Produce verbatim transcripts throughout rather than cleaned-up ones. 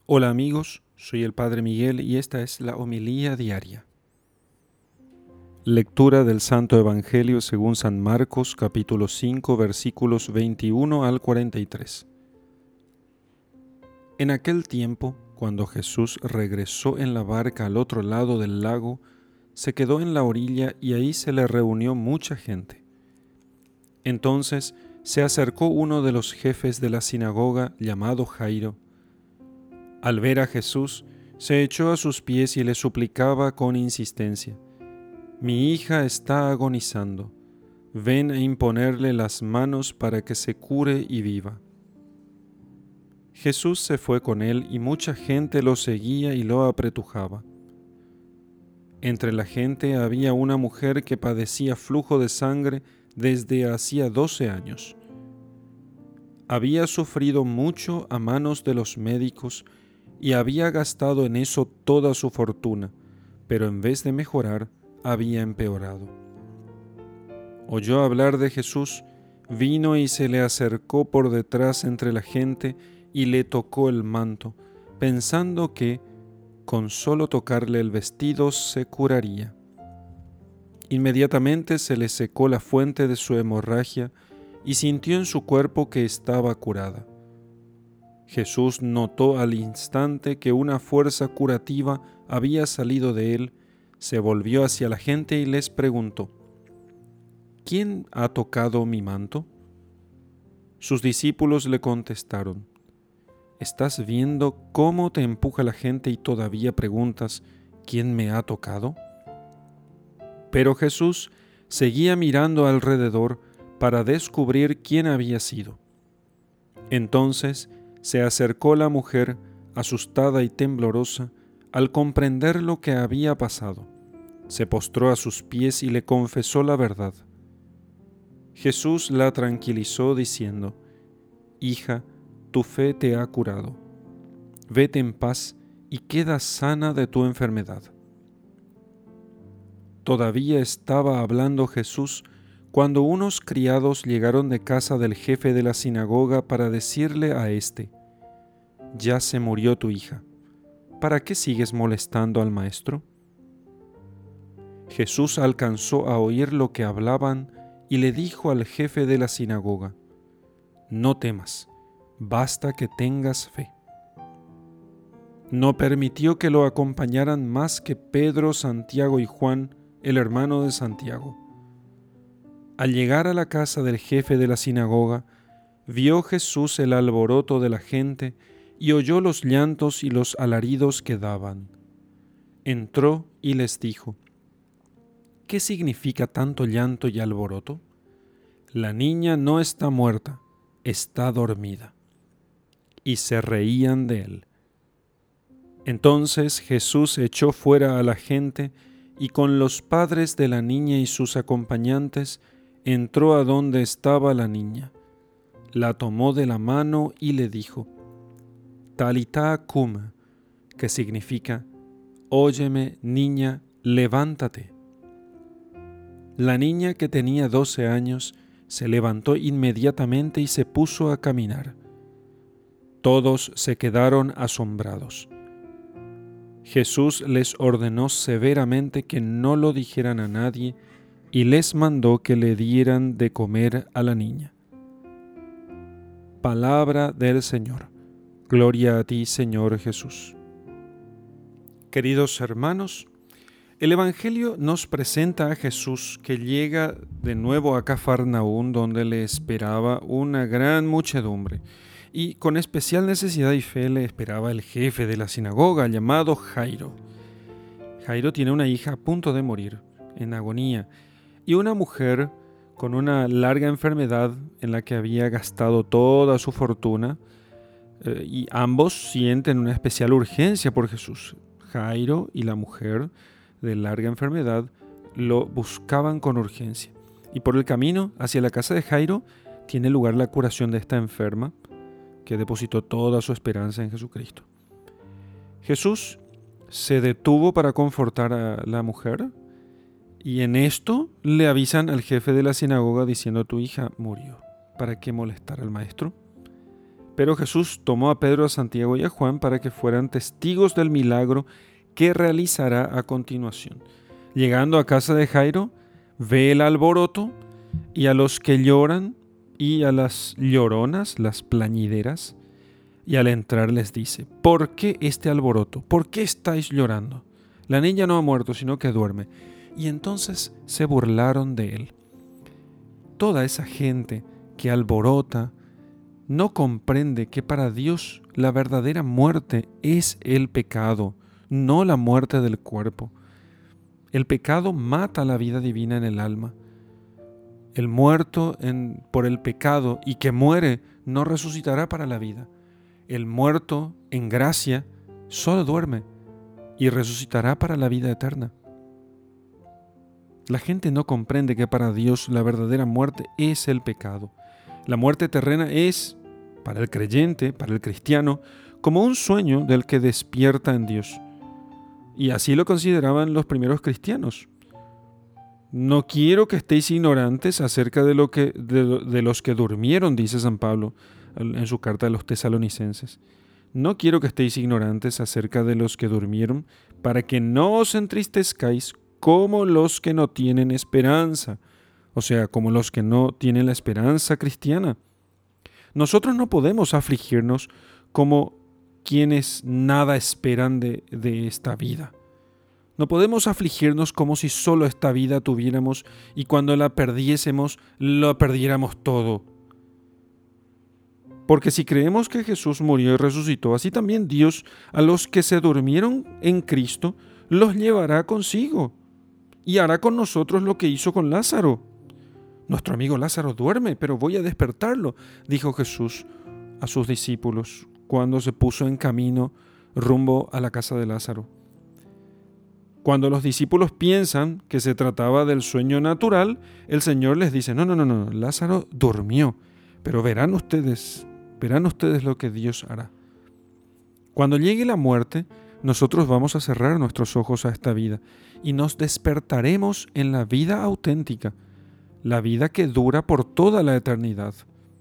Hola amigos, soy el Padre Miguel y esta es la homilía diaria. Lectura del Santo Evangelio según San Marcos, capítulo cinco, versículos veintiuno al cuarenta y tres. En aquel tiempo, cuando Jesús regresó en la barca al otro lado del lago, se quedó en la orilla y ahí se le reunió mucha gente. Entonces se acercó uno de los jefes de la sinagoga llamado Jairo. Al ver a Jesús, se echó a sus pies y le suplicaba con insistencia: «Mi hija está agonizando. Ven a imponerle las manos para que se cure y viva». Jesús se fue con él y mucha gente lo seguía y lo apretujaba. Entre la gente había una mujer que padecía flujo de sangre desde hacía doce años. Había sufrido mucho a manos de los médicos y había gastado en eso toda su fortuna, pero en vez de mejorar, había empeorado. Oyó hablar de Jesús, vino y se le acercó por detrás entre la gente y le tocó el manto, pensando que, con solo tocarle el vestido, se curaría. Inmediatamente se le secó la fuente de su hemorragia y sintió en su cuerpo que estaba curada. Jesús notó al instante que una fuerza curativa había salido de él, se volvió hacia la gente y les preguntó: «¿Quién ha tocado mi manto?». Sus discípulos le contestaron: «¿Estás viendo cómo te empuja la gente y todavía preguntas: ¿quién me ha tocado?». Pero Jesús seguía mirando alrededor para descubrir quién había sido. Entonces se acercó la mujer, asustada y temblorosa, al comprender lo que había pasado. Se postró a sus pies y le confesó la verdad. Jesús la tranquilizó diciendo: «Hija, tu fe te ha curado. Vete en paz y queda sana de tu enfermedad». Todavía estaba hablando Jesús cuando unos criados llegaron de casa del jefe de la sinagoga para decirle a éste: «Ya se murió tu hija. ¿Para qué sigues molestando al maestro?». Jesús alcanzó a oír lo que hablaban y le dijo al jefe de la sinagoga: «No temas, basta que tengas fe». No permitió que lo acompañaran más que Pedro, Santiago y Juan, el hermano de Santiago. Al llegar a la casa del jefe de la sinagoga, vio Jesús el alboroto de la gente y oyó los llantos y los alaridos que daban. Entró y les dijo: «¿Qué significa tanto llanto y alboroto? La niña no está muerta, está dormida». Y se reían de él. Entonces Jesús echó fuera a la gente y con los padres de la niña y sus acompañantes entró a donde estaba la niña. La tomó de la mano y le dijo: «Talitá cum», que significa: «Óyeme, niña, levántate». La niña, que tenía doce años, se levantó inmediatamente y se puso a caminar. Todos se quedaron asombrados. Jesús les ordenó severamente que no lo dijeran a nadie y les mandó que le dieran de comer a la niña. Palabra del Señor. Gloria a ti, Señor Jesús. Queridos hermanos, el Evangelio nos presenta a Jesús que llega de nuevo a Cafarnaún, donde le esperaba una gran muchedumbre, y con especial necesidad y fe le esperaba el jefe de la sinagoga, llamado Jairo. Jairo tiene una hija a punto de morir, en agonía, y una mujer con una larga enfermedad en la que había gastado toda su fortuna, eh, y ambos sienten una especial urgencia por Jesús. Jairo y la mujer de larga enfermedad lo buscaban con urgencia. Y por el camino hacia la casa de Jairo tiene lugar la curación de esta enferma, que depositó toda su esperanza en Jesucristo. Jesús se detuvo para confortar a la mujer y en esto le avisan al jefe de la sinagoga diciendo: «Tu hija murió. ¿Para qué molestar al maestro?». Pero Jesús tomó a Pedro, a Santiago y a Juan para que fueran testigos del milagro que realizará a continuación. Llegando a casa de Jairo, ve el alboroto y a los que lloran y a las lloronas, las plañideras, y al entrar les dice: ¿por qué este alboroto? ¿Por qué estáis llorando? La niña no ha muerto, sino que duerme. Y entonces se burlaron de él. Toda esa gente que alborota no comprende que para Dios la verdadera muerte es el pecado, no la muerte del cuerpo. El pecado mata la vida divina en el alma. El muerto en, por el pecado y que muere no resucitará para la vida. El muerto en gracia solo duerme y resucitará para la vida eterna. La gente no comprende que para Dios la verdadera muerte es el pecado. La muerte terrena es, para el creyente, para el cristiano, como un sueño del que despierta en Dios. Y así lo consideraban los primeros cristianos. No quiero que estéis ignorantes acerca de, lo que, de, de los que durmieron, dice San Pablo en su carta a los tesalonicenses. No quiero que estéis ignorantes acerca de los que durmieron, para que no os entristezcáis como los que no tienen esperanza, o sea, como los que no tienen la esperanza cristiana. Nosotros no podemos afligirnos como quienes nada esperan de, de esta vida. No podemos afligirnos como si solo esta vida tuviéramos y cuando la perdiésemos, lo perdiéramos todo. Porque si creemos que Jesús murió y resucitó, así también Dios a los que se durmieron en Cristo los llevará consigo y hará con nosotros lo que hizo con Lázaro. Nuestro amigo Lázaro duerme, pero voy a despertarlo, dijo Jesús a sus discípulos cuando se puso en camino rumbo a la casa de Lázaro. Cuando los discípulos piensan que se trataba del sueño natural, el Señor les dice: no, no, no, no, Lázaro durmió, pero verán ustedes, verán ustedes lo que Dios hará. Cuando llegue la muerte, nosotros vamos a cerrar nuestros ojos a esta vida y nos despertaremos en la vida auténtica, la vida que dura por toda la eternidad.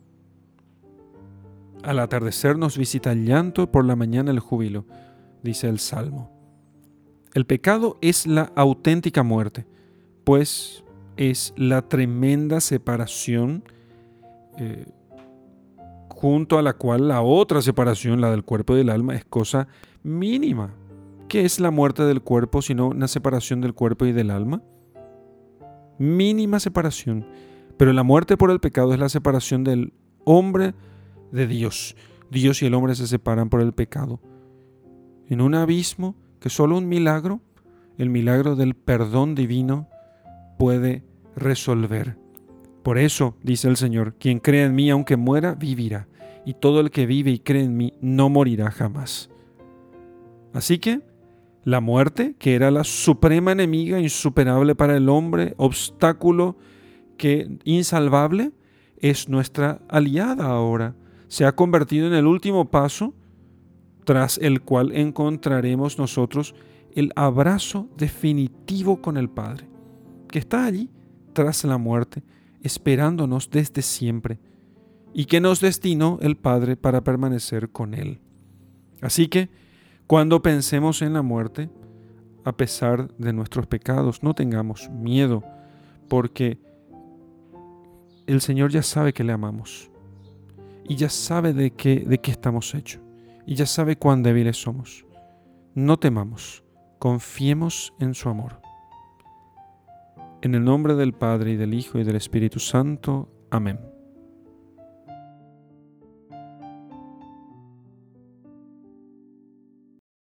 Al atardecer nos visita el llanto, por la mañana el júbilo, dice el Salmo. El pecado es la auténtica muerte, pues es la tremenda separación eh, junto a la cual la otra separación, la del cuerpo y del alma, es cosa mínima. ¿Qué es la muerte del cuerpo sino una separación del cuerpo y del alma? Mínima separación. Pero la muerte por el pecado es la separación del hombre de Dios. Dios y el hombre se separan por el pecado. En un abismo que solo un milagro, el milagro del perdón divino, puede resolver. Por eso, dice el Señor, quien cree en mí, aunque muera, vivirá. Y todo el que vive y cree en mí, no morirá jamás. Así que, la muerte, que era la suprema enemiga insuperable para el hombre, obstáculo que insalvable, es nuestra aliada ahora. Se ha convertido en el último paso tras el cual encontraremos nosotros el abrazo definitivo con el Padre, que está allí tras la muerte, esperándonos desde siempre, y que nos destinó el Padre para permanecer con Él. Así que, cuando pensemos en la muerte, a pesar de nuestros pecados, no tengamos miedo, porque el Señor ya sabe que le amamos, y ya sabe de qué, de qué estamos hechos. Y ya sabe cuán débiles somos. No temamos, confiemos en su amor. En el nombre del Padre, y del Hijo, y del Espíritu Santo. Amén.